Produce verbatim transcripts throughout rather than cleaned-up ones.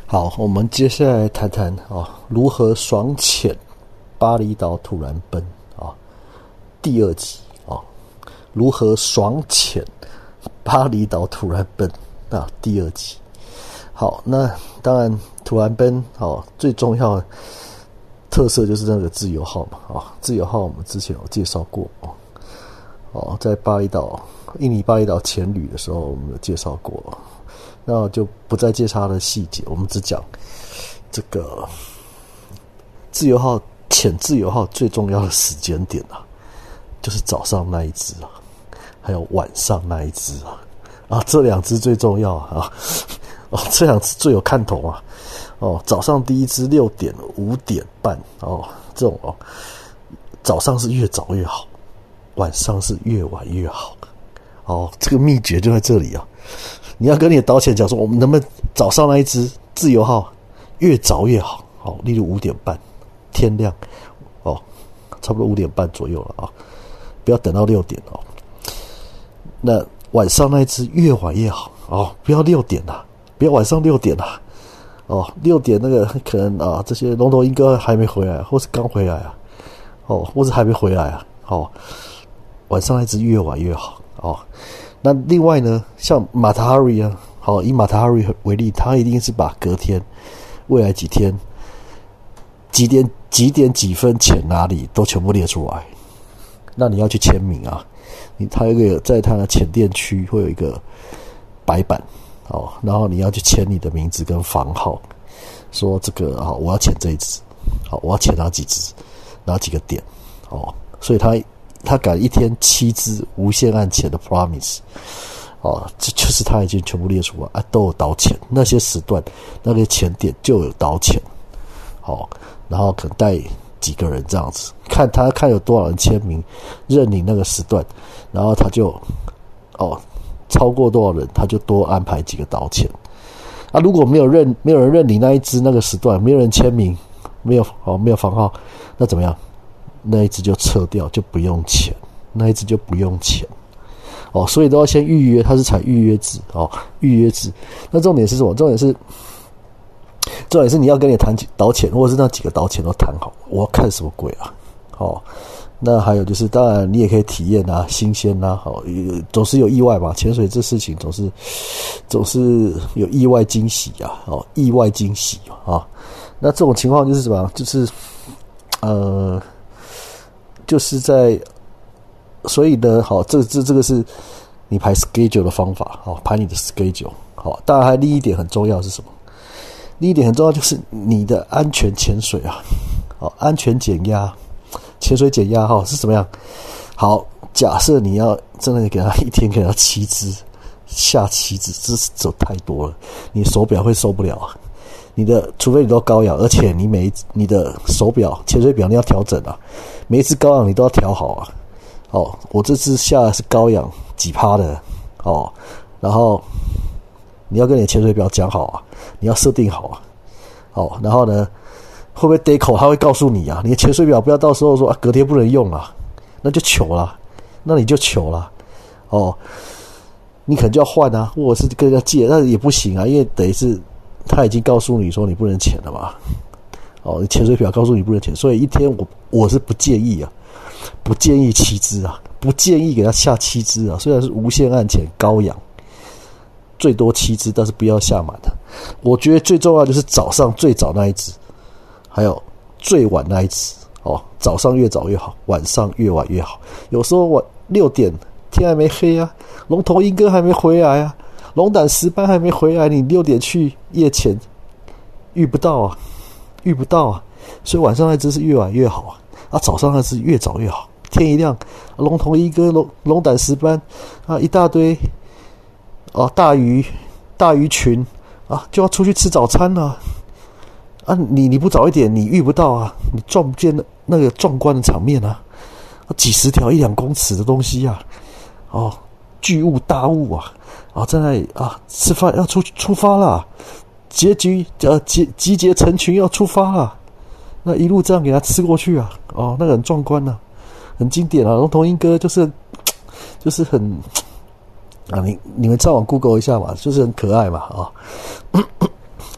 好，我们接下来谈谈啊，如何爽潜巴厘岛土兰奔啊，第二集啊，如何爽潜巴厘岛土兰奔啊，第二集。好，那当然土兰奔哦，最重要的特色就是那个自由号嘛啊，自由号我们之前有介绍过哦，哦，在巴厘岛印尼巴厘岛潜旅的时候，我们有介绍过。那就不再介绍它的细节，我们只讲这个自由号潜自由号最重要的时间点啊，就是早上那一只啊，还有晚上那一只啊，啊，这两只最重要啊，哦，这两只最有看头啊，哦，早上第一只六点、五点半哦，这种哦，早上是越早越好，晚上是越晚越好，哦，这个秘诀就在这里啊。你要跟你的导潜讲说，我们能不能早上那一只自由号越早越好？好，例如五点半，天亮，哦，差不多五点半左右了啊，不要等到六点哦。那晚上那一只越晚越好哦，不要六点啦，不要晚上六点啦，哦，六点那个可能啊，这些龙头鹰哥还没回来，或是刚回来啊，哦，或是还没回来啊，哦，晚上那一只越晚越好哦。那另外呢，像马塔哈瑞啊，好，以马塔哈瑞为例，他一定是把隔天、未来几天、几点、几点几分潜哪里都全部列出来。那你要去签名啊，你他有一个在他的潜店区会有一个白板，哦，然后你要去签你的名字跟房号，说这个好，我要潜这一只，好，我要潜哪几只，哪几个点，哦，所以他。他改一天七支无限岸潜的 promise 哦，这就是他已经全部列出来啊，都有导潜，那些时段那个潜点就有导潜，好、哦，然后可能带几个人这样子，看他看有多少人签名认领那个时段，然后他就哦超过多少人，他就多安排几个导潜啊。如果没有认没有人认领那一支那个时段，没有人签名，没有哦没有房号，那怎么样？那一只就撤掉，就不用钱，那一只就不用钱，哦，所以都要先预约，它是采预约制哦，预约制。那重点是什么？重点是，重点是你要跟你谈导潜，或者是那几个导潜都谈好，我要看什么鬼啊？哦，那还有就是，当然你也可以体验啊，新鲜啊，好、哦，总是有意外嘛，潜水这事情总是总是有意外惊喜啊，哦，意外惊喜啊、哦。那这种情况就是什么？就是呃。就是在，所以呢，好，这这这个是你排 schedule 的方法，好，排你的 schedule， 好，当然还另一点很重要是什么？另一点很重要就是你的安全潜水啊，好，安全减压，潜水减压哈是怎么样？好，假设你要真的给他一天给他七支下七支，这走太多了，你手表会受不了啊。你的除非你都高氧，而且你每一你的手表潜水表你要调整啊，每一只高氧你都要调好啊。哦，我这次下的是高氧几趴的哦，然后你要跟你的潜水表讲好啊，你要设定好啊。哦，然后呢，会不会 deco 他会告诉你啊，你的潜水表不要到时候说啊隔天不能用啊，那就糗啦，那你就糗啦。哦，你可能就要换啊，或者是跟人家借，那也不行啊，因为等于是。他已经告诉你说你不能潜了嘛，哦，你潜水表告诉你不能潜，所以一天我我是不建议啊，不建议七支啊，不建议给他下七支啊。虽然是无限岸潜高氧，最多七支，但是不要下满的。我觉得最重要就是早上最早那一支，还有最晚那一支哦，早上越早越好，晚上越晚越好。有时候晚六点天还没黑啊，龙头鹰哥还没回来啊。龙胆石斑还没回来，你六点去夜潜，遇不到啊，遇不到啊，所以晚上那只是越晚越好啊，啊，早上那只越早越好，天一亮，龙头一哥、龙龙胆石斑啊，一大堆，啊，大鱼大鱼群啊，就要出去吃早餐了，啊，你你不早一点，你遇不到啊，你撞不见那那个壮观的场面啊，啊几十条一两公尺的东西啊，哦，巨物大物啊。啊，在那里啊，吃饭要出出发啦，结局呃集集结成群要出发啦，那一路这样给他吃过去啊，哦，那个很壮观啊，很经典啊。龙头鹰哥就是就是很啊，你你们上网 Google 一下嘛，就是很可爱嘛啊。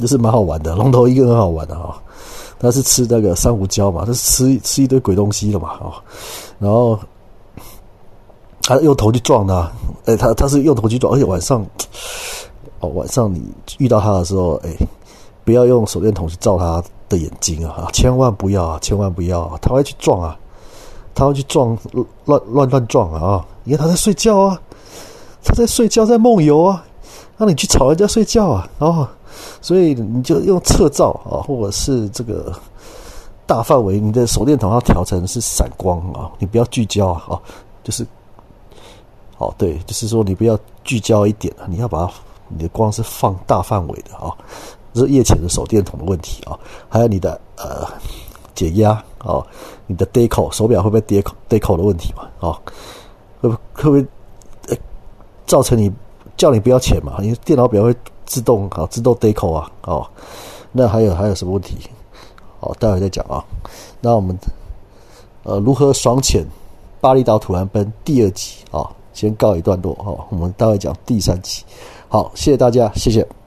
这是蛮好玩的。龙头一个很好玩的哈，它是吃那个珊瑚礁嘛，它是吃吃一堆鬼东西的嘛啊，然后他用头去撞的、啊，哎、欸，他他是用头去撞，而且晚上哦晚上你遇到他的时候，哎、欸，不要用手电筒去照他的眼睛啊，千万不要啊，千万不要、啊，他会去撞啊。他会去撞乱乱乱撞啊！因为他在睡觉啊，他在睡觉，在梦游啊。那你去吵人家睡觉啊，哦，所以你就用侧照啊，或者是这个大范围，你的手电筒要调成是闪光啊，你不要聚焦啊，就是哦，对，就是说你不要聚焦一点，你要把它你的光是放大范围的啊，这是夜潜的手电筒的问题啊，还有你的呃。解压哦，你的 decal 手表会不会 decal decal 的问题嘛？哦，会不会不会、欸、造成你叫你不要潜嘛？因为电脑表会自动啊自动 decal 啊哦，那还有还有什么问题？哦，待会再讲啊。那我们呃如何爽潜巴厘岛土兰奔第二集啊、哦，先告一段落哦，我们待会讲第三集。好，谢谢大家，谢谢。